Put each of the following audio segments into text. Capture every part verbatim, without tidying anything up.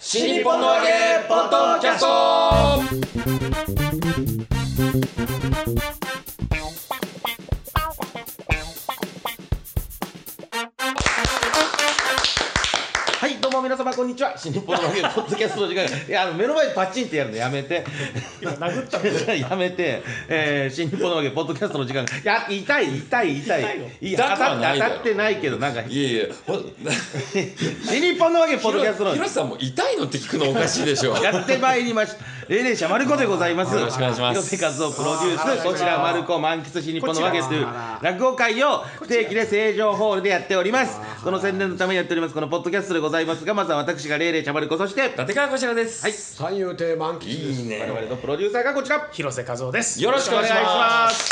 新日本の揚げポッドキャスト。 はい、どうも皆様こんにちは。新日本の揚げポッドキャストの時間がいやあの目の前でパチンってやるのやめて今殴ったのやめて、えー、新日本の揚げポッドキャストの時間がいや痛い痛い痛い痛いのいや当たって当たってないけどなんかいやいや新日本の揚げポッドキャストのひろしさんも痛いのって聞くのおかしいでしょやってまいりました。霊霊者マルコでございます。 よろしくお願いします広瀬和夫プロデュース、こちらマルコ満喫新日本のわけという落語会を不定期で成城ホールでやっております。その宣伝のためにやっておりますこのポッドキャストでございますが、まずは私が霊霊者マルコ、そして立川こちらです。 はい、 三遊亭満喫です。 いいね。 我々のプロデューサーがこちら、 広瀬和夫です。 よろしくお願いします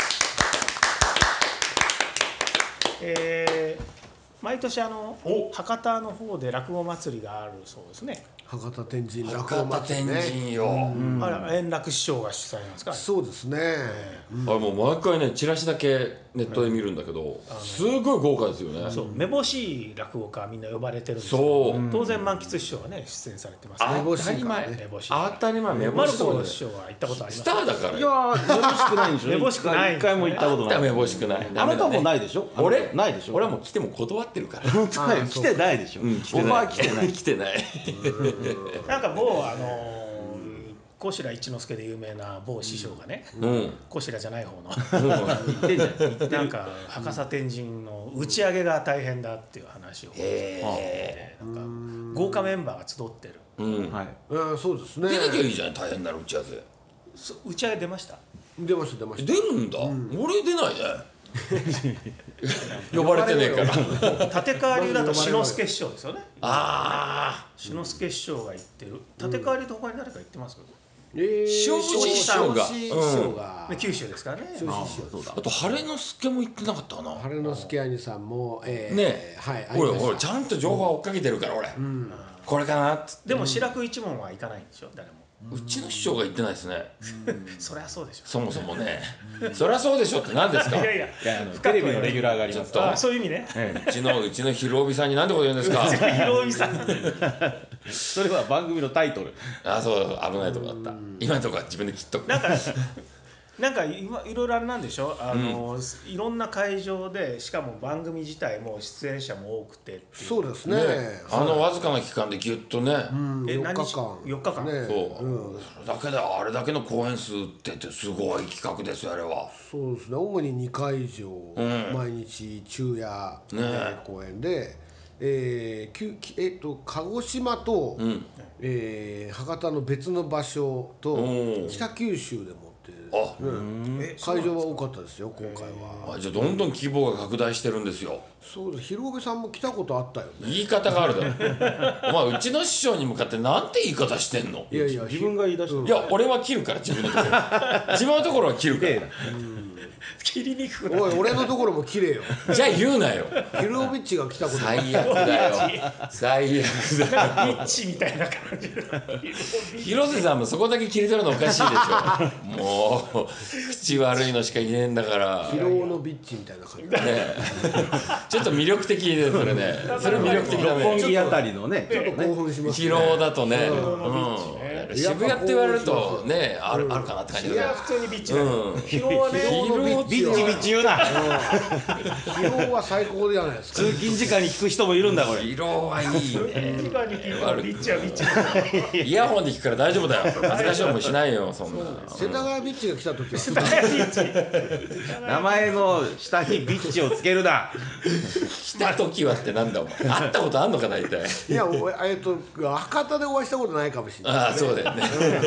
えー、毎年あの博多の方で落語祭りがあるそうですね。 博多天神落博多天語祭りね。 神よ、 あれ円楽師匠が主催なんですか。 そうですね。 あれもう毎回ねチラシだけネットで見るんだけど、すごい豪華ですよね。 そうめぼしい落語家みんな呼ばれてるんですけそうど、当然満喫師匠がね出演されてますね。 めぼしい当たり前からねめぼしい。 当たり前めぼマルしそうでコ師匠は行ったことありますスターだからいよ。 やーめぼしくないんでしょ。 めぼしくない一回も行ったことない。 あんためぼしくない。 あなたもないでしょ。 俺ないでしょ。 俺はもう来ても断ってるから本当だよ来てないでしょ。 うん来てオフないァー来てない。 来てないなんか某あのー小白一之輔で有名な某師匠がね、 うん小白じゃない方の言ってんじゃん。言ってるなんか博多天神の打ち上げが大変だっていう話をへなんか豪華メンバーが集ってる。 えうんはい。 うん、そうですね。 出なきゃいいじゃん大変なら打ち合わせそ打ち上げ出ました。 出ました出ました。 出るんだ、俺出ないね呼ばれてねえから立川流だと志の輔師匠ですよね。 あ志の輔師匠が言ってる。立川流と他に誰か言ってますか。 えー庄司師匠が庄司師匠がで九州ですからね。 庄司師匠そうだあ。あと晴れの助も言ってなかったかな晴之助兄さんもえーねはい俺ありました俺ちゃんと情報は追っかけてるから俺、これかなっつってでも白く一門は行かないんでしょ誰も。 うちの師匠が言ってないですねそりゃそうでしょ。 そもそもねそりゃそうでしょって何ですかいやいや。 いやあのテレビのレギュラーがありますちょっとあそういう意味ね。 えうちのうちのひろおびさんに何てこと言うんですかひろみさん。 えそれは番組のタイトル。 あそう危ないとこだった今のとこは自分で切っとくなんかなんか今いろいろあれなんでしょあの、いろんな会場でしかも番組自体も出演者も多くてっていう。 そうですね。 ねあのわずかな期間でギュッとね、 うん、 えよっか何日かん。 よっかかんね。 そう、 うん、 それだけであれだけの公演数ってってすごい企画ですよあれはそうですね。主ににかい以上、 ん毎日昼夜、 ねえー公演で、えーきゅきえっと鹿児島と、 うんえー博多の別の場所とおー北九州でもって、 あうんえ会場は多かったですよ今回は。 あじゃあどんどん規模が拡大してるんですよそうです。広部さんも来たことあったよね。 言い方があるだろお前うちの師匠に向かってなんて言い方してんのいやいや自分が言い出した。 いや俺は切るから自分のところ自分のところは切るか綺麗らな。 切りにくくなおい俺のところも綺麗よ。 じゃあ言うなよヒロビッチが来たことない。 最悪だよ最悪だよビッチみたいな感じ。 広瀬さんもそこだけ切り取るのおかしいでしょもう口悪いのしか言えんだから疲労のビッチみたいな感じ。 ねちょっと魅力的でそれねそれ魅力的だ六本ね木あたりのね。 ちょっと興奮しますね。 疲労だとね、 うんうん渋谷って言われるとねあるあるかなって感じいやだ普通にビッチだよ。 うん疲労はね。 疲労ビッチビッチ言うな。 疲労は最高じゃないですか。 通勤時間に聞く人もいるんだこれ。 疲労はいいね直に聞いたらビッチはビッチだよ。 イヤホンで聞くから大丈夫だよ恥ずかしい思いしないよそんな世田谷ビッチが来た時は。 名前の下にビッチをつけるな。 来た時はってなんだお前会ったことあんのか大体いや、おえっと博多でお会いしたことないかもしれない。 ああそうだよね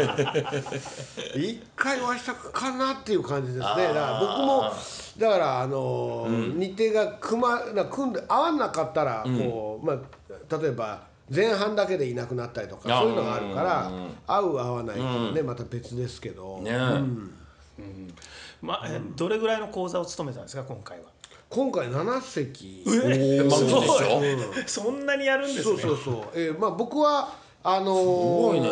一回お会いしたかなっていう感じですね。だから僕もだからあのー日程が組まな組んで合わなかったらこう、まあ例えば前半だけでいなくなったりとかあそういうのがあるからうん合う合わないっていうのはねまた別ですけど。 ねまあえどれぐらいの講座を務めたんですか今回は。 今回なな席。 え満喫でしょそんなにやるんですね。 そうそうそう。えーまあ僕はあのー、 すごいね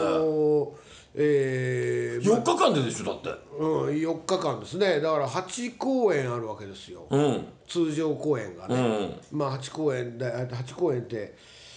えーよっかかんででしょだってうん、よっかかんですね。だからはち公演あるわけですよ、 うん通常公演がね、 うんまあはち公演ではち公演って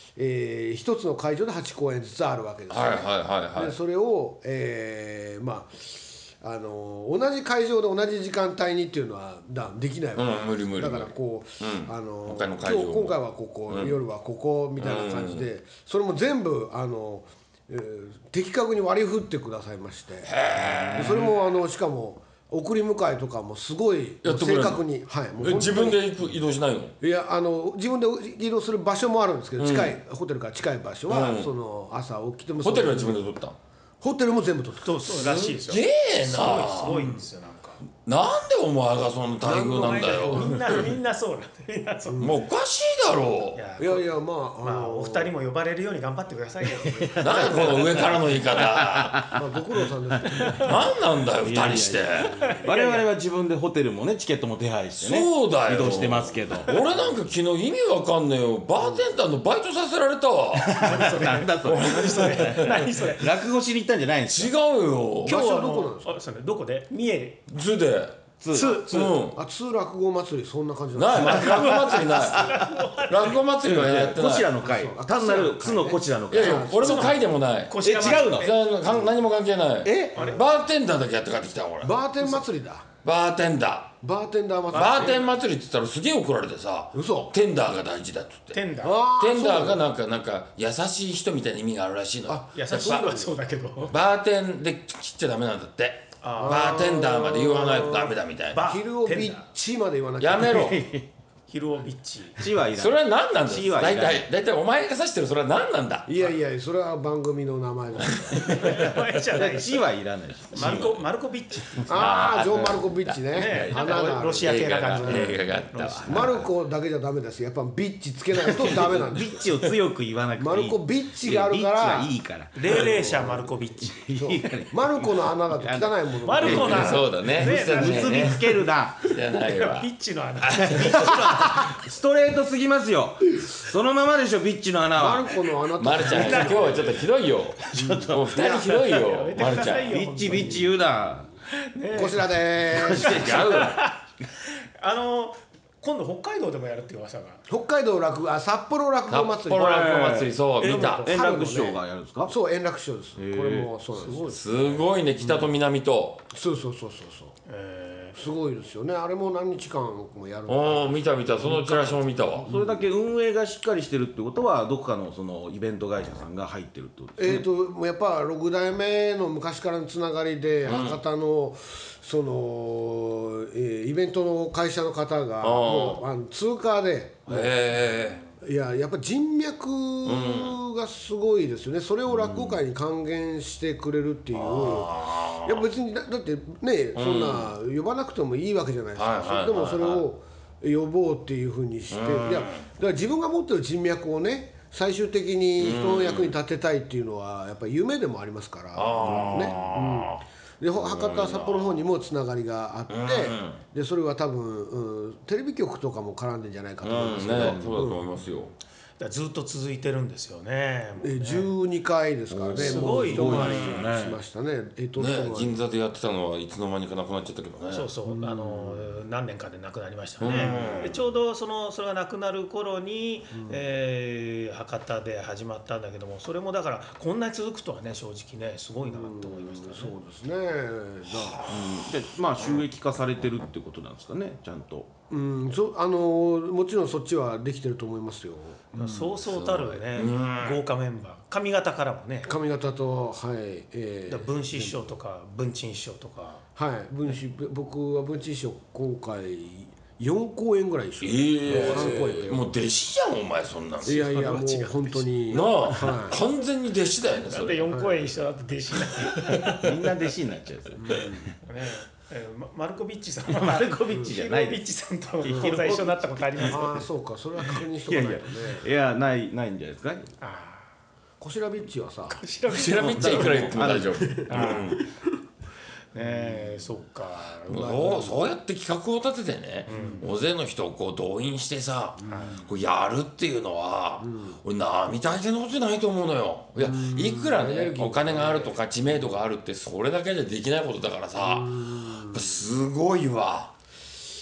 えー、一つの会場ではち公演ずつあるわけですよね。 はいはいはいはいでそれを、えー、まああのー同じ会場で同じ時間帯にっていうのはだできないわけです、 うん無理無理無理だからこう、 うんあのー他の会場も今日今回はここ、 うん夜はここみたいな感じで、それも全部あの、えー的確に割り振ってくださいまして、でそれもあのしかも送り迎えとかもすごい正やってくれるの確に、はい、もうえ本当に自分で行く移動しないの？ いやあの自分で移動する場所もあるんですけど、近いホテルから近い場所は、 うんその朝起きてもホテルはその自分で取ったん？ ホテルも全部取ってそうそうらしいですよ。 すげえすごいなすごいんですよなんか。 なんでお前がその待遇なんだよ。 みんなみんなそうなんでみんなそう。 もうおかしいだろいやいやいやまあまあのお二人も呼ばれるように頑張ってくださいよ。 何この上からの言い方。 まあご苦労さんですけど何なんだよ二人して。 我々は自分でホテルもねチケットも手配してねそうだよ移動してますけど俺なんか昨日意味わかんねえよ。バーテンダーのバイトさせられたわ。 なんだそれ何それ何それ。 落語しに行ったんじゃないんです違かうよ。 今日は場所どこなんですかあそうねどこで三重図で。 つつうん。 あ通落語祭りそんな感じなんないです落語祭りない。落語祭りはやってない。 こちらの会単なるつのこちらの会いやいや俺の会でもない。 こちらえ違うのじゃあかん何も関係ない。 えバーテンダーだけやって帰ってきたわ俺。 バーテン祭りだバーテンダバーテンダーー。 祭りバーテン祭りって言ったらすげえ怒られてさ。 嘘テンダーが大事だっつって。 テンダー。 あテンダーがななんかなんか優しい人みたいな意味があるらしいの。 あ優しいのはそうだけど。 バーテンで切っちゃダメなんだって。 あバーテンダーまで言わないとダメだみたいな。 バ昼をビッチまで言わなきゃやめろ。 ヒルオビッチ。 ちはいらそれは何なんだ地よ。大はいらない体大体お前が指してるそれは何なんだ。 いやいやそれは番組の名前だ名前じゃない。 ちはいらないしマルコマルコビッチって言うんですよああジョン・マルコビッチねね花があるロシア系な感じで映画があったわ。 マルコだけじゃダメだしやっぱビッチつけないとダメなんですビッチを強く言わなくていいマルコビッチがあるからビッチはいいから霊霊者マルコビッチ。 そうマルコの穴だと汚いものマルコなそうだね。 ね結びつけるなじゃないわビ。ッチの穴。 ストレートすぎますよそのままでしょビッチの穴マルはコの穴とまるちゃん今日はちょっとひどいよ。もう二人ひどいよ。まるちゃん。 やめてくださいよビッチビッチ言うなこちらでーす違うわ。 あの今度北海道でもやるっていう噂が。 北海道落語あ札幌落語札祭り幌落語祭りそう見た。 円楽師匠がやるんですかそう円楽師匠ですこへーれもそうなんですすごいね北と南と。 そうそうそうそうそうえすごいですよねあれも何日間もやるおお見た見たそのチラシも見たわ。 それだけ運営がしっかりしてるってことはどこかのそのイベント会社さんが入ってるってことですねえー、ともうやっぱろく代目の昔からのつながりで、博多のその、えーイベントの会社の方がもうあの通貨でへいややっぱ人脈がすごいですよね、それを落語会に還元してくれるっていう、いや別にだだってね、そんな呼ばなくてもいいわけじゃないですか、 はいはいはいはいでもそれを呼ぼうっていうふうにして、いやだから自分が持ってる人脈をね最終的に人の役に立てたいっていうのはやっぱり夢でもありますから、ねうん、でほ博多札幌の方にもつながりがあって、でそれは多分、うん、テレビ局とかも絡んでんじゃないかと思うんですけど、 うんねそうだと思いますよ。 だからずっと続いてるんですよね。もうねえじゅうにかいですからね、 すもごいう一回りねしましたね。えっと、 ねそう銀座でやってたのはいつの間にかなくなっちゃったけどね。 そうそう、あの何年かで亡くなりましたね。でちょうどそのそれが亡くなる頃に、えー博多で始まったんだけども、それもだからこんなに続くとはね正直ねすごいなと思いましたね。 そうですね。だうんでまあ収益化されてるってことなんですかねちゃんとうん、そあのもちろんそっちはできてると思いますよ。 そうそうたるね、豪華メンバー、上方からもね、 髪型とはい、えーだから文枝師匠とか文珍師匠とか、 はい文枝僕は文枝師匠今回よん公演ぐらい一緒えさん公演かえよもう弟子じゃんお前そんなん。 いやいやもう本当になあ、 はい完全に弟子だよねなんそれ。 でよん公演一緒だと弟子になってみんな弟子になっちゃうんですよね、えーまマルコビッチさんはマルコビッチじゃないヒロビッですチさんと講座一緒になったことありますああそうかそれは確認しとかないとね。 いやないないんじゃないですかあこしらビッチはさあ調べて調べちゃいくら言っても大丈夫。 ねえそっか、 そうそうやって企画を立ててね、大勢の人をこう動員してさ、こうやるっていうのは、俺並大抵のことじゃないと思うのよ。いやいくらねお金があるとか知名度があるってそれだけじゃできないことだからさ、やっぱすごいわ。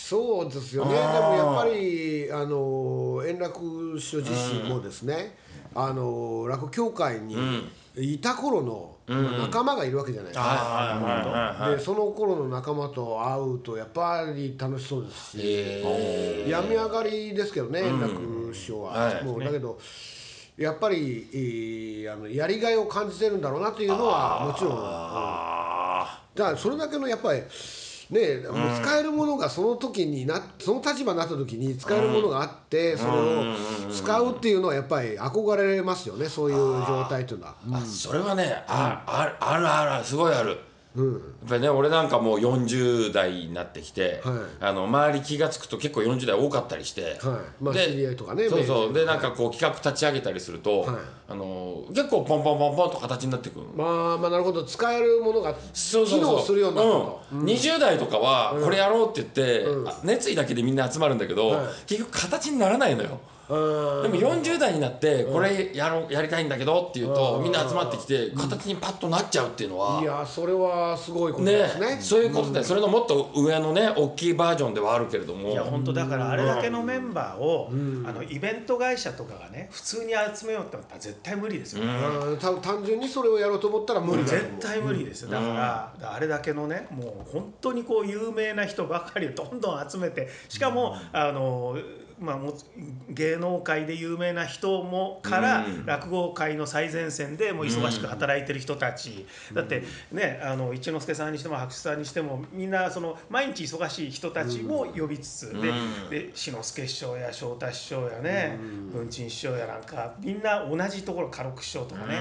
そうですよね。でもやっぱりあの円楽師匠自身もですね、うん、あの落語協会にいた頃の、うん、仲間がいるわけじゃないですか、うん、でその頃の仲間と会うとやっぱり楽しそうですし、病み上がりですけどね、円楽師匠は、うん、もうだけどやっぱり、えー、あのやりがいを感じてるんだろうなというのはもちろん、だからそれだけのやっぱりね、もう使えるものがその時になその立場になった時に使えるものがあってそれを使うっていうのはやっぱり憧れますよね、そういう状態というのは。 あ、それはね、ああるあるあるすごいある。うん、やっぱりね、俺なんかもうよんじゅう代になってきて、はい、あの周り気が付くと結構よんじゅう代多かったりして、 はい、まあ、知り合いとかね、 そうそうでなんかこう企画立ち上げたりすると、はい、あの結構ポンポンポンポンと形になってくる。 まあまあなるほど、使えるものが機能するようになったと。 うん、にじゅう代とかはこれやろうって言って、うん、熱意だけでみんな集まるんだけど、はい、結局形にならないのよ。でもよんじゅう代になってこれやろうやりたいんだけどっていうとみんな集まってきて形にパッとなっちゃうっていうのは、 いやそれはすごいことですね。 ね、そういうことで、それのもっと上のね大きいバージョンではあるけれども、 いや本当だからあれだけのメンバーを、うん、あのイベント会社とかがね普通に集めようって思ったら絶対無理ですよ、ね、 うん、単純にそれをやろうと思ったら無理だと思う。 絶対無理ですよ。だから、うん、あれだけのねもう本当にこう有名な人ばかりをどんどん集めて、しかも、うん、あのまあ、も芸能界で有名な人もから落語界の最前線でもう忙しく働いてる人たち、うん、だってね、あの一之輔さんにしても白手さんにしてもみんなその毎日忙しい人たちも呼びつつ、うん、で, で志の輔師匠や昇太師匠やね、文珍師匠やなんかみんな同じところ、家禄師匠とかね、うん、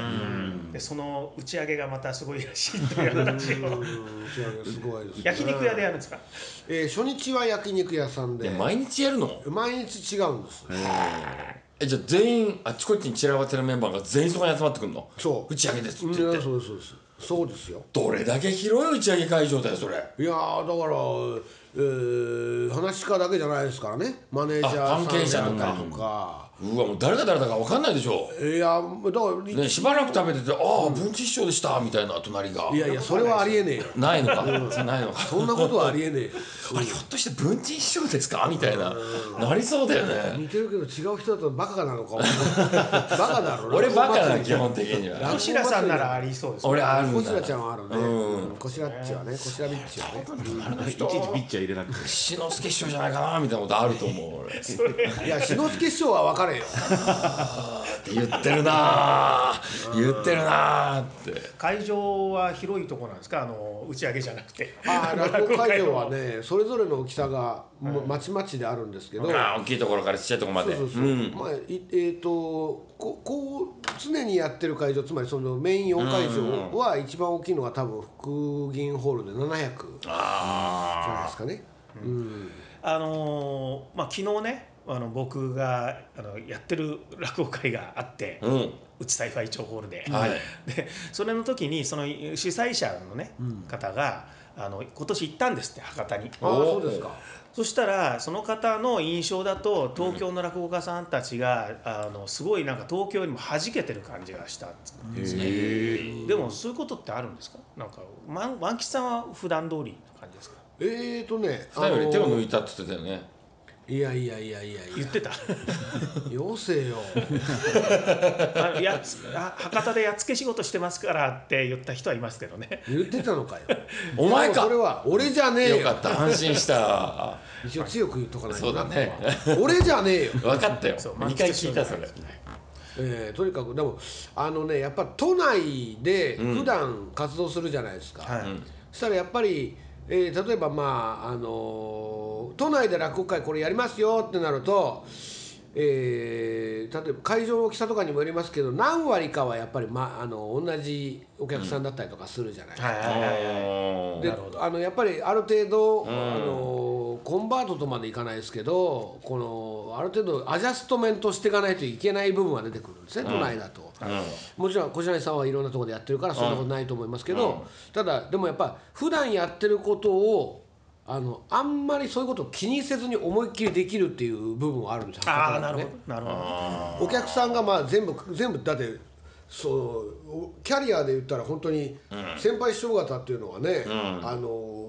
でその打ち上げがまたすごいらしいという話を焼肉屋でやるんですか？ えー、初日は焼肉屋さんで。 毎日やるの？ 毎日違うんです。 え、じゃあ全員あっちこっちに散らばってるメンバーが全員そこに集まってくるの？ そう、 打ち上げですって言って。 そうですそうですそうですよ。 どれだけ広い打ち上げ会場だよそれ。 いやーだから、えー、話し家だけじゃないですからね、マネージャーさん関係者とかとか。うわもう誰が誰だか分かんないでしょ。 いやだからね、しばらく食べてて「ああ文珍師匠でした」みたいな隣が。 いやいやそれはありえねえよ。 ないのか、うん、ないのか。 そんなことはありえねえよ。 あれひょっとして文珍師匠ですかみたいななりそうだよね。 似てるけど違う人だとバカなのか。バカだろうな。 俺バカな基本的には。 小白さんならありそうです。 俺あるんだ。 小白ちゃんはあるね。小白っちはね、小白ビッチはね。 あの人いちいちビッチは入れなくて志の輔師匠じゃないかなみたいなことあると思う俺。 いや志の輔師匠は分かれよ。 って言ってるな言ってるなって。 会場は広いところなんですか？あの打ち上げじゃなくて。 ああ落語会場はねそれぞれの大きさがまちまちであるんですけど、 あ大きいところからちっちゃいところまで。 そうそうそう、うん、まあえっ、ー、とここう常にやってる会場、つまりそのメインよん会場は一番大きいのが多分福銀ホールでななひゃくじゃないですかね。うんうん、 あのー、まあ昨日ねあの僕があのやってる落語会があって、うん、内サイファイ町ホールで、はい、でそれの時にその主催者の、ねうん、方があの今年行ったんですって博多に。 ああそうですか。 そしたらその方の印象だと東京の落語家さんたちが、うん、あのすごいなんか東京よりも弾けてる感じがしたんですね。でもそういうことってあるんですか？なんか万吉さんは普段通りの感じですか？ えーとね普段より手を抜いたって言ってたよね。 いやいやいやいや言ってたよせよあやつあ博多でやっつけ仕事してますからって言った人はいますけどね。 言ってたのかよお前か。 それは俺じゃねえよ。 よかった安心した一応強く言っとかないとな。 そうだね俺じゃねえよ。 分かったよにかい聞いたそれ。 えー、とにかくでもあのねやっぱ都内で普段活動するじゃないですか、うんはい、そしたらやっぱりえー、例えばまああのー、都内で落語会これやりますよってなると、えー、例えば会場の大きさとかにもよりますけど何割かはやっぱり、ま、あの同じお客さんだったりとかするじゃないですか。であのやっぱりある程度、うん、あのコンバートとまでいかないですけどこのある程度アジャストメントしていかないといけない部分は出てくるんですね、うん、都内だと。うん、もちろん小白さんはいろんなところでやってるからそんなことないと思いますけど、うん、ただでもやっぱ普段やってることをあのあんまりそういうことを気にせずに思いっきりできるっていう部分はあるんですよ。 ああなるほどなるほど。お客さんがまあ全部全部だってそうキャリアで言ったら本当に先輩師匠方っていうのはね、うん、あの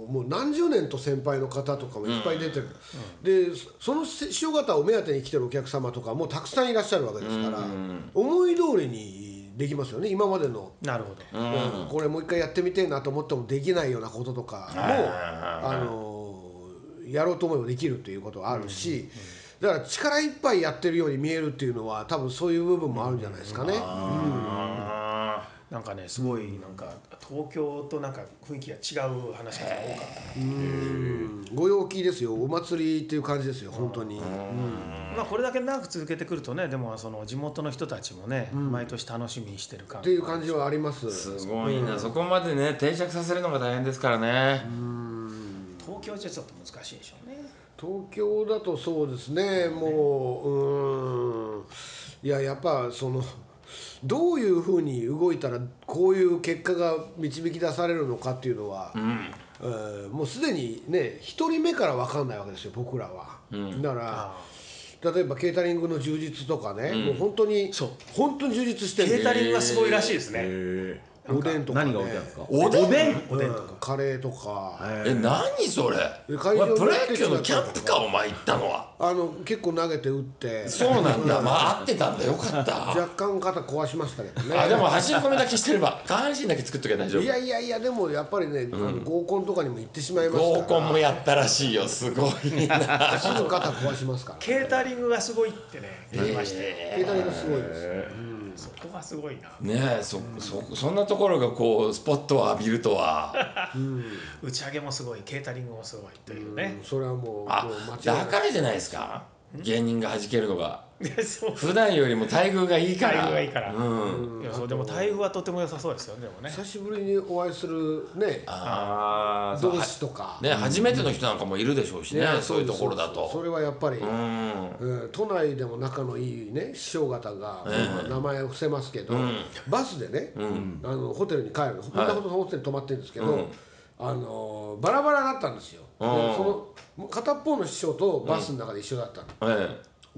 もう何十年と先輩の方とかもいっぱい出てる、でその師匠方を目当てに来てるお客様とかもたくさんいらっしゃるわけですから、思い通りにできますよね。今までのなるほど、 うん、これもう一回やってみてえなと思ってもできないようなこととかもあのやろうと思えばできるということがあるし、だから力いっぱいやってるように見えるっていうのは多分そういう部分もあるんじゃないですかね。 なんかねすごいなんか東京となんか雰囲気が違う話が多かった。 うんご陽気ですよ。お祭りっていう感じですよ本当に。うんまあこれだけ長く続けてくるとね、でもその地元の人たちもね、毎年楽しみにしてる感っていう感じはあります。 すごいな、うん、そこまでね定着させるのが大変ですからね。 うん東京じゃちょっと難しいでしょうね。 東京だとそうですね、もううんいややっぱそのどういうふうに動いたらこういう結果が導き出されるのかっていうのは、うんえー、もうすでにね一人目から分かんないわけですよ僕らは、うん、だから例えばケータリングの充実とかね、うん、もう本当に本当に充実してる。 ケータリングがすごいらしいですね。 おでんとかね。 何が置いてあるんですか。 おでん、 おでんとかカレーとか。 え何それ。プロ野球のキャンプかお前行ったのは。 あの結構投げて打って。 そうなんだ。まあ合ってたんだよかった。 若干肩壊しましたけどね。 あでも走り込みだけしてれば下半身だけ作っときゃ大丈夫。 いやいやいやでもやっぱりね、うん、合コンとかにも行ってしまいますから。 合コンもやったらしいよすごいな。 すぐ肩壊しますから、ね。 ケータリングがすごいってね言いまして。 ケータリングすごいです。 うんそこがすごいな。 ねえ そ, そ, そんなところがこうスポットを浴びるとは、 うん、打ち上げもすごいケータリングもすごいというね、 うん、それはもうあもう間違いだからじゃないですか芸人が弾けるのが普段よりも待遇がいいから待遇がいいから、うん、いやそうでも待遇はとても良さそうですよね。でもね久しぶりにお会いするねあ同志とかね初めての人なんかもいるでしょうしね、うん、そういうところだとそ, それはやっぱり、うんうん、都内でも仲のいいね師匠方が、うん、名前を伏せますけど、うん、バスでね、うん、あのホテルに帰るこんなことホテルに泊まってるんですけど、うん、あのバラバラだったんですよ、うん、でその片っぽの師匠とバスの中で一緒だったの、うん、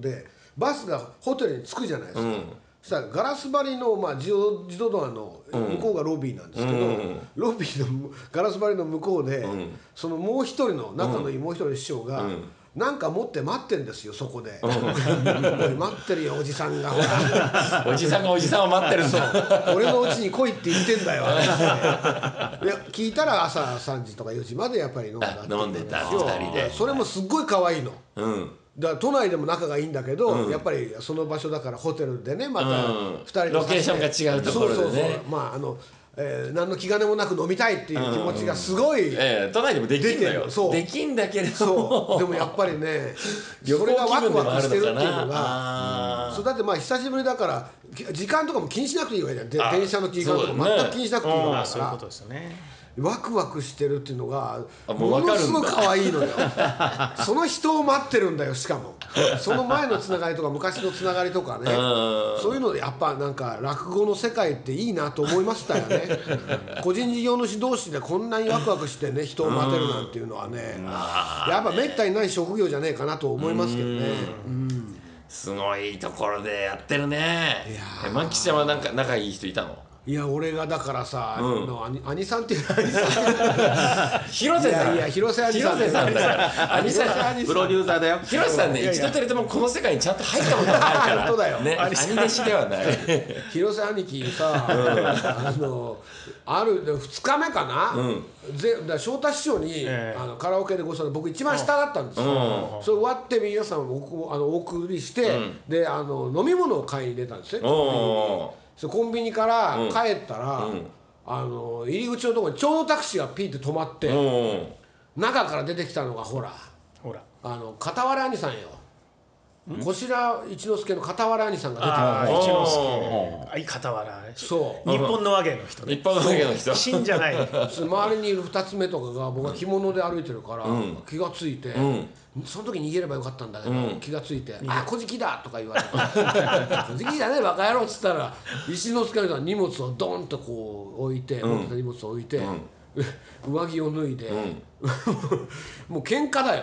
でバスがホテルに着くじゃないですか、うん、そしたらガラス張りの、まあ、自動、自動ドアの向こうがロビーなんですけど、うん、ロビーのガラス張りの向こうで、うん、そのもう一人の仲のいいもう一人の師匠が、うん、なんか持って待ってんですよそこで、うん、待ってるよおじさんがほらおじさんがおじさんを待ってるんだ俺の家に来いって言ってんだよで聞いたら朝さんじとかよじまでやっぱり飲んだって飲んでたふたりでそれもすっごい可愛いの、うんだから都内でも仲がいいんだけど、うん、やっぱりその場所だからホテルでねまたふたりで、うん、ロケーションが違うところでねそうそうそうまああの、えー、何の気兼ねもなく飲みたいっていう気持ちがすごい、 うんえー、都内でもできんだよそうできんだけれどそうでもやっぱりねそれがワクワクしてるっていうのがそうだってまあ久しぶりだから時間とかも気にしなくていいわけじゃん電車の時間とか全く気にしなくていいわけだからそういうことですよねワクワクしてるっていうのがものすごく可愛いのよその人を待ってるんだよしかもその前のつながりとか昔のつながりとかねそういうのでやっぱなんか落語の世界っていいなと思いましたよね個人事業主同士でこんなにワクワクしてね人を待てるなんていうのはねやっぱめったにない職業じゃねえかなと思いますけどねうんすごいところでやってるねえマキちゃんはなんか仲いい人いたのいや俺がだからさ、うん、の兄, 兄さんっていう兄さん広瀬さんいやいや広瀬兄さん広瀬さんだよ兄さんプロデューサーだよ広瀬さんね一度たりともこの世界にちゃんと入ったことがないから本当だよ、 ね、兄弟子ではない広瀬兄貴さ、うん、あのあるふつかめかな、うん、ぜだ翔太師匠に、えー、あのカラオケでご一緒で僕一番下だったんですよ、うん、それ終わって皆さんをあのお送りして、うん、であの飲み物を買いに出たんですねコンビニから帰ったら、うん、あの入り口のところにちょうどタクシーがピーって止まって、うん、中から出てきたのがほらほらあの片割兄さんよ小白一之輔の片割兄さんが出てああ一之輔相片割そう日本の和芸の人ね日本の和芸の人死んじゃない周りにいるふたつめとかが僕は着物で歩いてるから、うん、気がついて、うん、その時逃げればよかったんだけど、うん、気がついて「あ小じだ!」とか言われて「小じじゃねえバカ野郎」っつったら石之助さん荷物をドンとこう置いて、持ってた荷物を置いて、うん上着を脱いで、うん、もう喧嘩だよ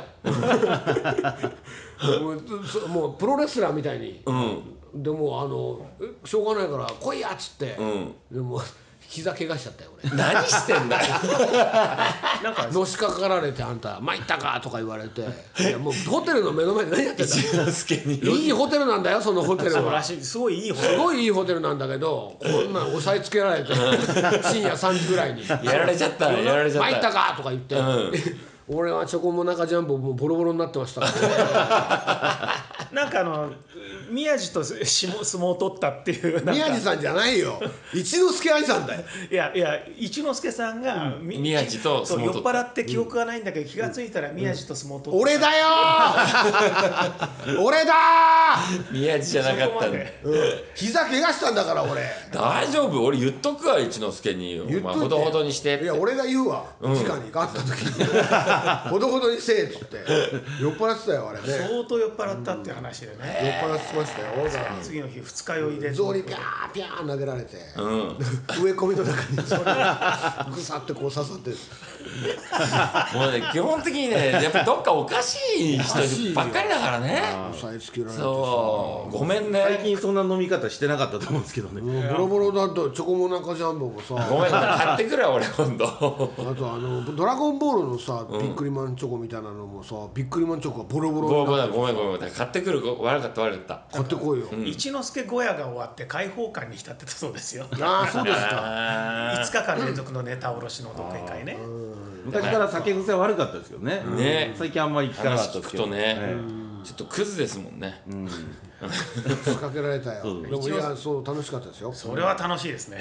も, うもうプロレスラーみたいに、うん、でもあのしょうがないから来いやっつって、うん、でも膝怪我しちゃったよ俺何してんだよなんかのしかかられてあんた参ったかとか言われていやもうホテルの目の前で何やってんだ一之輔にいいホテルなんだよそのホテルはそうらしいすごいいいホテすルごいいいホテルなんだけどこんなん押さえつけられて深夜さんじぐらいにやられちゃったやられちゃった参ったかとか言って、 うん俺はチョコモナカジャンボもうボロボロになってましたからねなんかあの宮地と相撲相撲を取ったっていうなんか宮地さんじゃないよ一之輔兄さんだよいやいや一之輔さんが、み宮地とそう相撲取った酔っ払って記憶がないんだけど、気がついたら宮地と相撲を取って俺だよー俺だ宮地じゃなかったんだそこまでー、うん、膝怪我したんだから俺大丈夫俺言っとくわ一之輔に言っといてお前ほどほどにしてっていや俺が言うわ、 うん直に会った時にほどほどにせえっつって酔っ払ってたよあれね相当酔っ払ったっていう話で酔っね、 払ってましたよだから次の日二日酔いで草履ピャーピャー投げられて、 うん植え込みの中にそれがぐさってこう刺さってもうね基本的にねやっぱどっかおかしい人ばっかりだからね押さえつけられてさそうごめん最ね近そんな飲み方してなかったと思うんですけどね。 もうボロボロだとチョコモナカジャンボもさごめん買ってくれ俺今度あとあのドラゴンボールのさビックリマンチョコみたいなのもさビックリマンチョコがボロボロごになってめんごめんごめんごめん買ってくる悪かった悪かっ買ってこいよ、 一之輔小屋が終わって開放感に浸ってたそうですよああそうですかたいつかかん連続のネタ卸しの独演会ね昔から酒癖は悪かったですよね。 ね最近あんまり聞かなかった話聞ですけど。 くとねえちょっとクズですもんねえうん。 仕掛けられたよそうでもいやそう楽しかったですよそれは楽しいですね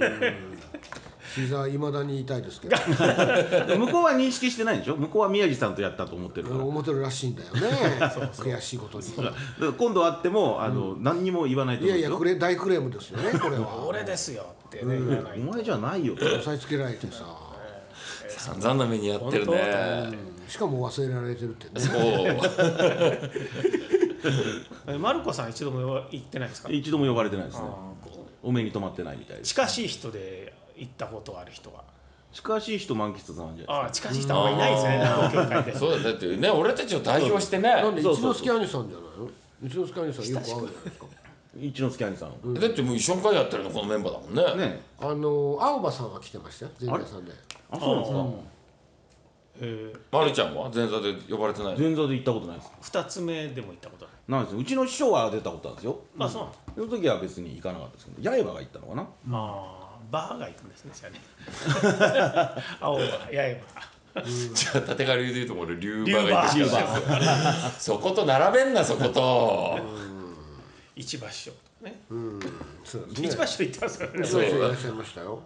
膝いまだに痛いですけどで向こうは認識してないんでしょ。向こうは宮地さんとやったと思ってるから。 思ってるらしいんだよね悔しいことにだから今度会ってもあの何にも言わないとい思うんですよ。 やいやクレ大クレームですよねこれは俺ですよってね言わないお前じゃないよと。 押さえつけられてさ散々な目にやってるねしかも忘れられてるってねそうえマルコさん一度も行ってないですか一度も呼ばれてないですね。 あお目に留まってないみたいです。 近しい人で行ったことある人は近しい人満喫さんじゃないですか。 ああ近しい人あんまりいないですね落語協会でそうだだってね俺たちを代表してねなんで一そうそう之輔兄さんじゃないの一之輔兄さんよく会うじゃないですか一之輔兄さん。 だってもう一緒に会やってるのこのメンバーだもんねね。 あの青葉さんは来てましたよ前座さんであ、そうなんですか。 えまるちゃんは前座で呼ばれてない前座で行ったことないです。 二つ目でも行ったことあるなんですよ。うちの師匠は出たことあるんですよ。 あそうなのその時は別に行かなかったですけど、八重歯が行ったのかな。 ああバーが行くんですねじゃあね青葉八重歯じゃあ立川流で言うと俺龍龍馬馬がいてしかないそこと並べんなそこと市場師匠とかねうんそうですね市場師匠行ってますからねそういらっしゃいましたよ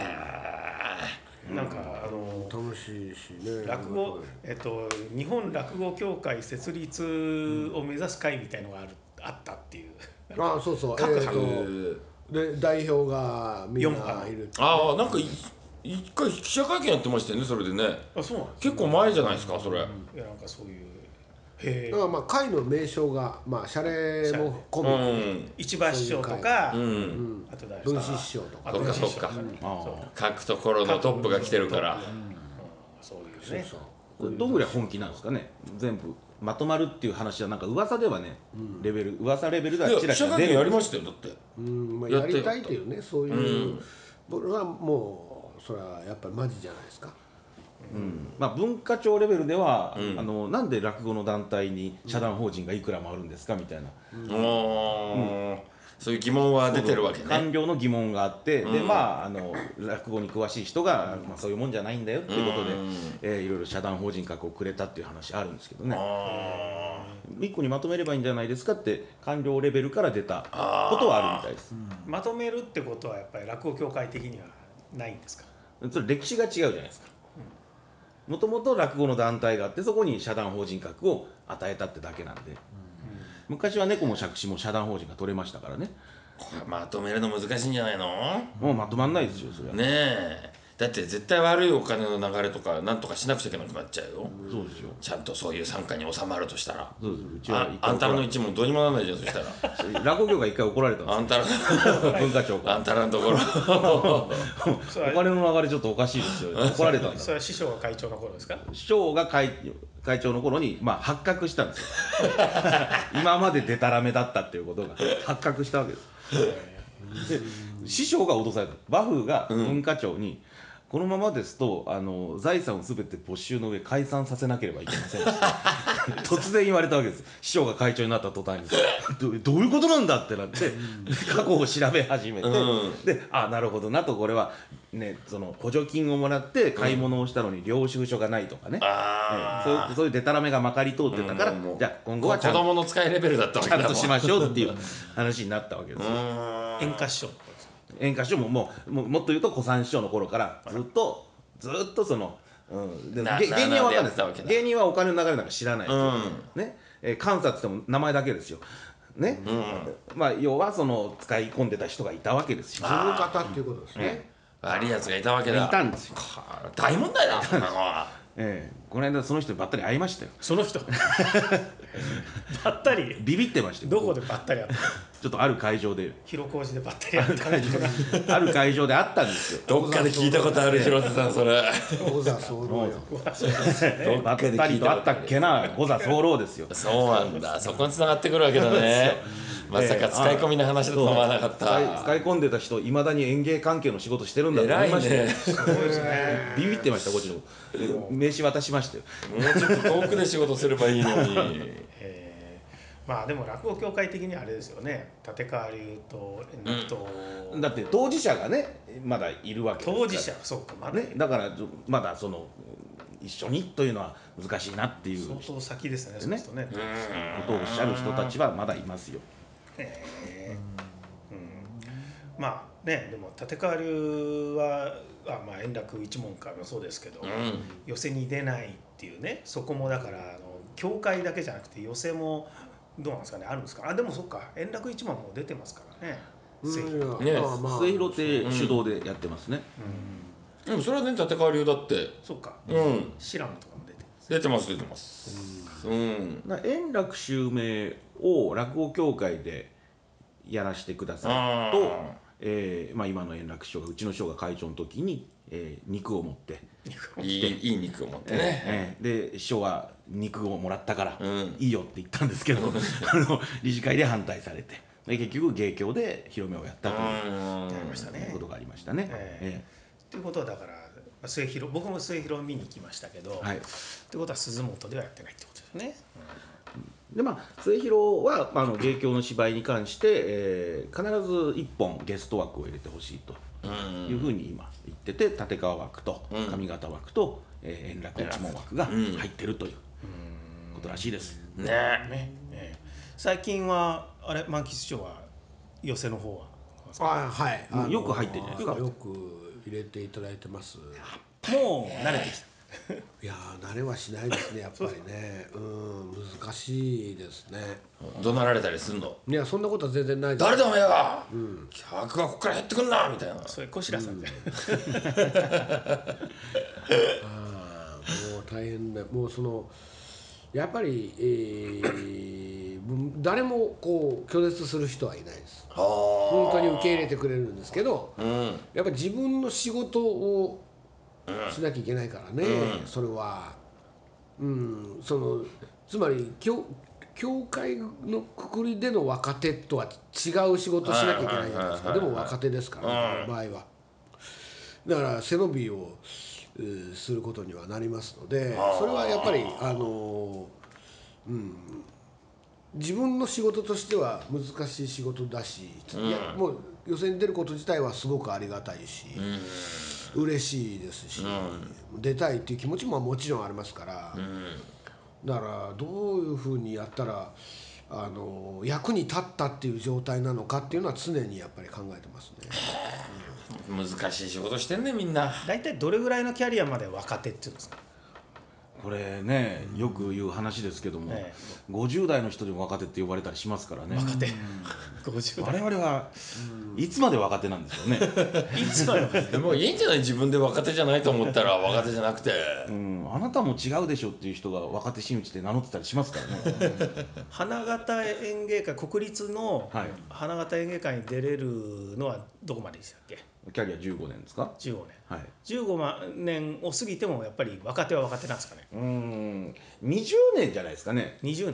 なんかあの楽しいしね落語、えっと、日本落語協会設立を目指す会みたいのがあるあったっていうああそうそう各えーとで代表がみんないるああなんかい一回記者会見やってましたよねそれでねあそうなんです結構前じゃないですかそれいやなんかそういうへえだからまあ会の名称がまあ謝礼も込うみでん市場師匠とか、 うんあと誰分子師匠とかあそっかそっか分子師匠とねあそう各ところのトップが来てるからそういうねそうどんぐらい本気なんですかね。全部まとまるっていう話はなんか噂ではね、レベル噂レベルではいやちらちら記者会見やり出る。 ましたよだってうんまあやってやりたいというねそういうう僕はもうそれはやっぱりマジじゃないですかうんまあ文化庁レベルでは、 うんあのなんで落語の団体に社団法人がいくらもあるんですかみたいな。 おーそういう疑問は出てるわけね官僚の疑問があって、でうんまああの落語に詳しい人が、まあ、そういうもんじゃないんだよっていうことで、 うんえーいろいろ社団法人格をくれたっていう話あるんですけどね。 あ一個にまとめればいいんじゃないですかって官僚レベルから出たことはあるみたいです。 まとめるってことはやっぱり落語協会的にはないんですかそれ歴史が違うじゃないですか。もともと落語の団体があってそこに社団法人格を与えたってだけなんで、昔は猫も杓子も社団法人が取れましたからね。 ーこれまとめるの難しいんじゃないのもうまとまんないですよそれは。 ねえだって絶対悪いお金の流れとかなんとかしなくちゃいけなくなっちゃうよそうですよ。 ちゃんとそういう参加に収まるとしたらそうですうちはあ一回あんたらの怒一問どうにもならないじゃんそしたらら落語協会一回怒られたんですよあんたら文化庁から。 あんたらのところそれはお金の流れちょっとおかしいですよ。怒られたんだ。 それは師匠が会長の頃ですか師匠が会会長の頃に、まあ、発覚したんですよ今までデタラメだったっていうことが発覚したわけです。 で師匠が脅された。馬風が文化庁に、このままですとあの財産をすべて没収の上解散させなければいけませんでした突然言われたわけです。師匠が会長になった途端にど, どういうことなんだってなって過去を調べ始めて、うん、であなるほどなと、これはねその補助金をもらって買い物をしたのに領収書がないとかね、うんね、そういうそういうデタラメがまかり通ってたから、うん、じゃあ今後はちゃんと子供の使いレベルだったわけだもん、 ちゃんとしましょうっていう話になったわけですよ。 演歌師匠演歌師匠ももう、もうもっと言うと小三師匠の頃からずっとずっとその、うん、で芸人は分かんないです。芸人はお金の流れなんか知らないですよ、うんねえー、監査って言っても名前だけですよ、ねうんまあ、要はその使い込んでた人がいたわけですよ。 その方っていうことですね。 悪いやつがいたわけだ。 いたんですよ。 大問題だそんなのは。 ええ、この間その人にばったり会いましたよ。 その人ばったりビビってましたよ。 どこでばったり会ったの？ ちょっとある会場で広小路でばったり会ったある会場で会ったんですよ。 どっかで聞いたことある広瀬さんそれ。 五座候よ。 ばったりと会ったっけな、五座候ですよ。 そうなんだ、そこに繋がってくるわけだね。まさか使い込みの話だと思わなかった。 使い込んでた人いまだに園芸関係の仕事してるんだと思いましたよ。すごいですね。ビビってました。こっちの名刺渡しましたよ。 もうちょっと遠くで仕事すればいいのに。 まあでも落語協会的にはあれですよね、立川流と円楽と、 うん、だって当事者がねまだいるわけですから。 当事者そうか、まだ、 ね、だからまだその一緒にというのは難しいなっていう相当先ですね、そうするとね、 ことをおっしゃる人たちはまだいますよ。 へえ、うん、まあね、でも立川流はあ、まあ、円楽一門会もそうですけど、うん、寄席に出ないっていうね、そこもだからあの協会だけじゃなくて寄席もどうなんですかね、あるんですか。あでもそっか、円楽一門も出てますからね。 末広ね、末広って主導でやってますね。 でもそれはね立川流だって。 そっか。 うん。 シラムとかも出てます。 出てます出てます。うん。 円楽襲名を落語協会でやらせてくださいと、えー、まあ今の円楽師匠がうちの師匠が会長の時に、えー、肉を持っていいいい肉を持ってね、 えーえー、で師匠は肉をもらったから、うん、いいよって言ったんですけどあの理事会で反対されて、で結局芸協で広めをやったということがありましたね。 えーえー、ということはだから末広、僕も末広見に行きましたけど、はい、ってことは鈴本ではやってないってことですね。 うん、でまあ末広はあの芸協の芝居に関して、えー、必ずいっぽんゲスト枠を入れてほしいというふうに今言ってて、立川枠と上方枠と、えー、円楽一門枠が入ってるということらしいです。 ねねね、最近はあれ満喫師匠は寄席の方はあはい、 あよく入ってるじゃないですか。 よく入れていただいてます。 もう慣れてきた。 いや慣れはしないですね、やっぱりね。うん難しいですね。 怒鳴られたりするの？ いやそんなことは全然ないです。 誰だお前が、うん、客がここからやってくんなみたいな。 それ小白さんで、 うん、ああもう大変だ。もうそのやっぱり、えー、誰もこう拒絶する人はいないです。本当に受け入れてくれるんですけど、うん、やっぱり自分の仕事をしなきゃいけないからね、うん、それは、うん、そのつまり教教会のくくりでの若手とは違う仕事をしなきゃいけないじゃないですか。でも若手ですから、ね、場合はだから背伸びをすることにはなりますので、それはやっぱりあの、うん、自分の仕事としては難しい仕事だし、うん、いやもう予選に出ること自体はすごくありがたいし、うん、嬉しいですし、うん、出たいっていう気持ちももちろんありますから、うん、だからどういうふうにやったらあの役に立ったっていう状態なのかっていうのは常にやっぱり考えてますね。 うん、難しい仕事してんねみんな。 大体どれぐらいのキャリアまで若手っていうんですか？ これね、よく言う話ですけども、ええ、ごじゅう代の人でも若手って呼ばれたりしますからね。 若手ごじゅう代我々はいつまで若手なんでしょうね。 いつまで若手もういいんじゃない、自分で若手じゃないと思ったら若手じゃなくて、 うん、あなたも違うでしょっていう人が若手真打ちで名乗ってたりしますからね。 花形演芸会、国立の花形演芸会に出れるのはどこまででしたっけ？ キャリアじゅうごねんですか？ じゅうごねん、 はい、 じゅうごねんを過ぎてもやっぱり若手は若手なんですかね？ うーんにじゅうねんじゃないですかね。 にじゅうねん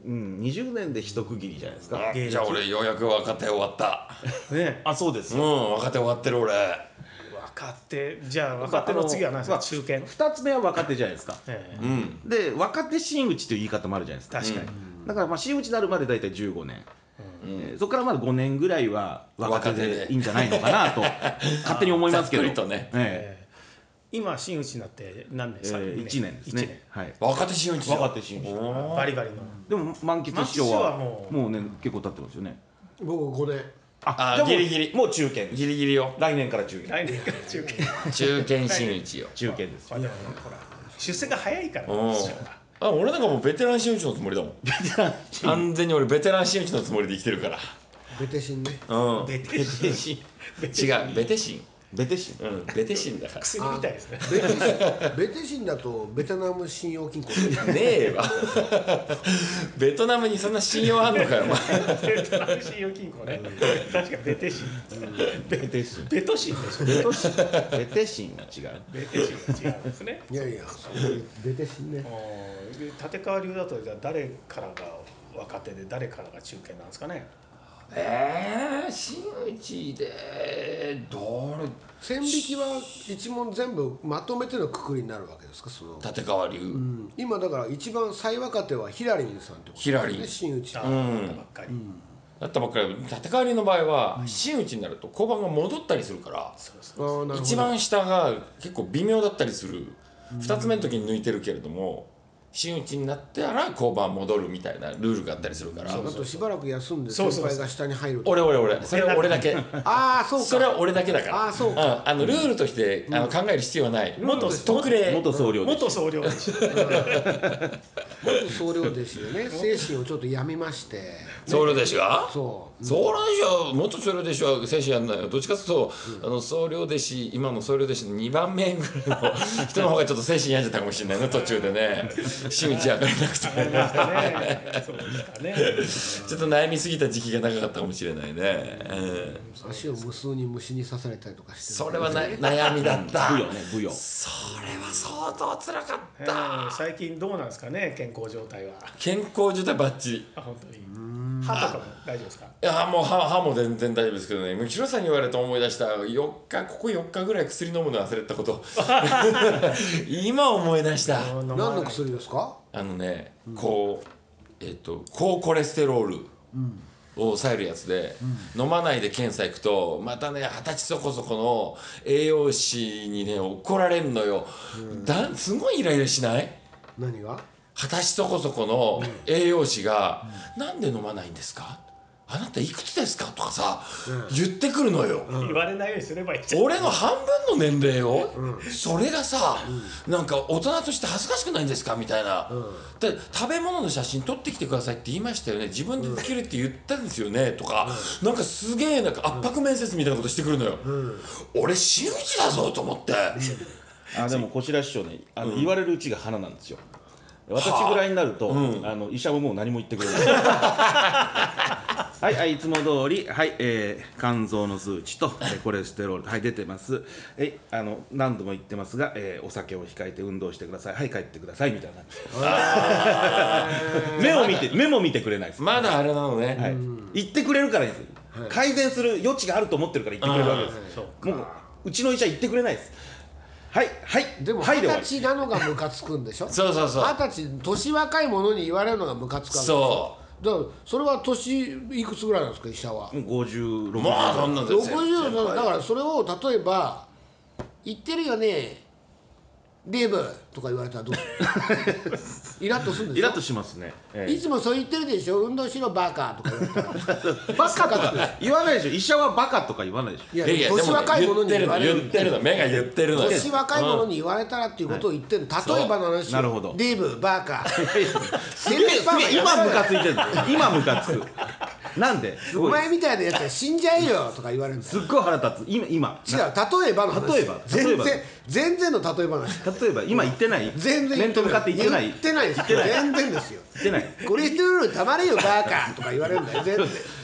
うん、にじゅうねんで一区切りじゃないですか。 じゃあ俺ようやく若手終わったね。 あ、そうですうよ。 ん若手終わってる俺若手じゃあ若手の次は何ですか、中堅。 二つ目は若手じゃないですか。 ええうんで若手真打ちという言い方もあるじゃないですか。 確かに。 だからまあ真打ちになるまで大体じゅうごねん、 うんえーそこからまだごねんぐらいは若手若手ででいいんじゃないのかなと勝手に思いますけど。 ざっくりとねえええ今真打ちになって何年？ ええー、いちねんですね。はい。 若手真打ち若手真打ち。 おーバリバリの。 でも満喫師匠満喫師匠ははもうもうね結構経ってますよね。 僕ごねんあじゃもうギリギリもう中堅。 ギリギリよ来年から中堅。 来年から中堅。 中堅真打ちよ中堅ですよ。 あでもほら出世が早いからうん師匠が。 あ俺なんかもうベテラン真打ちのつもりだもん完全に俺ベテラン真打ちのつもりで生きてるからベテシンねうんベテシン。 違うベテシンベテシン。 うんベテシンだから薬みたいですね。 ベテシンベテシンだとベトナム信用金庫ねえわベトナムにそんな信用あんのかよお前ベトナム信用金庫ね。確かベテシン。 ベテシン。 ベトシンでしょ。 ベトシン。ベテシンは違う。 ベテシンが違うんですね。 いやいやそういうベテシンねうんで立川流だとじゃあ誰からが若手で誰からが中堅なんですかね。 えー、真打ちでどれ線引きは一問全部まとめてのくくりになるわけですかその、 立川流、 うん、今だから一番最若手はヒラリンさんってことヒラリンね真打ちあうんあばっかり。 だったばっかり立川流の場合は、真打ちになると交番が戻ったりするからそうあそう。 ーなるほど一番下が結構微妙だったりするふたつめの時に抜いてるけれども真打ちになってから交番戻るみたいなルールがあったりするからあとしばらく休んでそうそうそう先輩が下に入ると俺俺俺それは俺だけああそうかそれは俺だけだからあーそうかんあのルールとしてあの考える必要はない元特例元総領です。 元総領です。 元総領弟子でね精神をちょっとやみまして総領弟子がそう総領弟子は元総領弟子は選手やんないよどっちかというと、あの総領弟子今の総領弟子のにばんめぐらいの人の方がちょっと精神病んじゃったかもしれないね途中でね真打ち上がれなくてね。そうですかね。 ちょっと悩みすぎた時期が長かったかもしれないね、うん、 足を無数に虫に刺されたりとかしてそれはな悩みだったブヨね、ブヨ。 それは相当辛かっえたー最近どうなんですかね健康状態は。 健康状態バッチリあ本当に。歯とかも大丈夫ですか。 いやもう歯歯も全然大丈夫ですけどね広さんに言われて思い出したよっかここよっかぐらい薬飲むの忘れたこと今思い出した何何の薬ですかあのね、こうえっ、と高コレステロールを抑えるやつで、飲まないで検査行くとまたね二十歳そこそこの栄養士にね怒られるのよ、だすごいイライラしない何が二十歳そこそこの栄養士が「なんで飲まないんですか?」あなたいくつですかとかさ、言ってくるのよ、 言われないようにすればいいじゃん。 俺の半分の年齢よ、それがさ、なんか大人として恥ずかしくないんですかみたいな、で食べ物の写真撮ってきてくださいって言いましたよね自分でできるって言ったんですよねとか、なんかすげえなんか圧迫面接みたいなことしてくるのよ、俺真打ちだぞと思って、 あでもこちら師匠ね、あの言われるうちが花なんですよ。私ぐらいになると、あの医者ももう何も言ってくれない。はい、はい、いつも通り、はい、えー、肝臓の数値と、えーコレステロール、はい、出てます。えあの何度も言ってますが、えー、お酒を控えて運動してください。はい、帰ってくださいみたいな。目を見て、目も見てくれないです。 まだあれなのね、 はい、言ってくれるからいいです。改善する余地があると思ってるから言ってくれるわけです。 そうもううちの医者言ってくれないです。はいはいでも二はいで終わり。 十歳なのがムカつくんでしょそうそうそう二十歳年若い者に言われるのがムカつくわけでしょそだからそれは年いくつぐらいなんですか医者はもうごじゅうろくうまあそんなんろくですじゅうだからそれを例えば「言ってるよねデーブ」とか言われたらどうイラッとするんでしょイラッとしますね。ええいつもそう言ってるでしょ運動しろバカとか言われたらバカとか言わないでしょ。医者はバカとか言わないでしょ。 いやいやいやでも、 年若い者に言ってるの言われる言ってるの目が言ってるのよ年若い者に言われたらっていうことを言ってる例えばの話なるほどデーブバカすげえすげえ今ムカついてる。今ムカつく。なんですごい。 お前みたいなやつは死んじゃえよとか言われるんだよすっごい腹立つ。今今。 違う例えばの話例えば例えば全然全然の例え話例えば今言ってない。 全然面と向かって言ってない。 言ってないです言ってない。 全然ですよ言ってない。 コレステロールたまれよバカとか言われるんだよ全然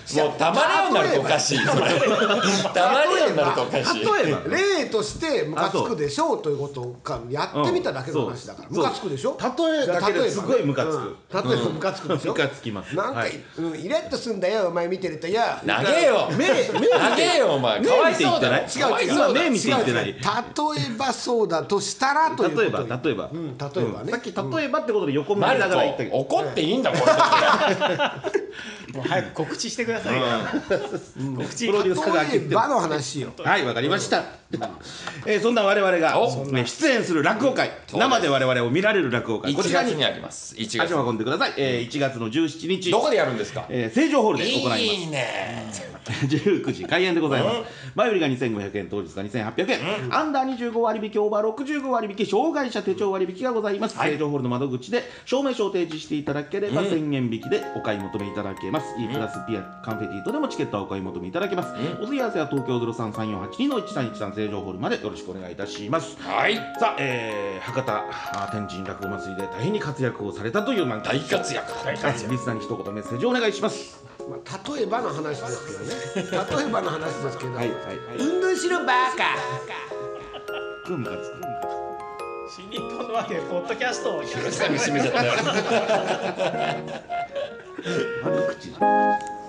もうたまるようになるとおかしい。たまるようになるとおかしい。 例えば例としてムカつくでしょうということかやってみただけの話だから、ムカつくでしょ。 例えだけですごいムカつく。 例えばムカつくでしょ。 ムカつきます。 なんかイラッとすんだよお前見てるとや。 投げよ目目投げよお前。かわいそうだよ。 違う違う。 今目見て言ってない。 例えばそうだとしたらということ。 例えば例えば。 うん例えばね。 さっき例えばってことで横向きながら言ったけど。 怒っていいんだこれ。 もう早く告知してくださいよ。告知。 プロデューサーが例えばの話よ。 はいわかりました。えーそんな我々がね出演する落語会、生で我々を見られる落語会、こち 1 らに月にあります。いちがつ足を運んでください。えーいちがつのじゅうしちにちどこでやるんですか。 えー成城ホールで行います。 いいね。 じゅうくじ開演でございます。前売りがにせんごひゃくえん、当日がにせんはっぴゃくえん、アンダーにじゅうご割引、オーバーろくじゅうご割引、障害者手帳割引がございます。成城ホールの窓口で証明書を提示していただければせんえん引きでお買い求めいただけます。E プラスピアカンフェティとでもチケットはお買い求めいただけます。お問い合わせは東京ゼロさん さんよんはちに のいちさんいちさん成城ホールまでよろしくお願いいたします。 はいさあ、えー、博多あ天神落語祭りで大変に活躍をされたという満大活躍。 大活躍。 リスナーに一言メッセージをお願いします。 まあ例えばの話ですけどね。例えばの話ですけど。 はいはいはい。 運動しろバカ。 くムカつく。 新日本のわけポッドキャスト。 広瀬さんが閉めちゃったよ。 悪口じゃん。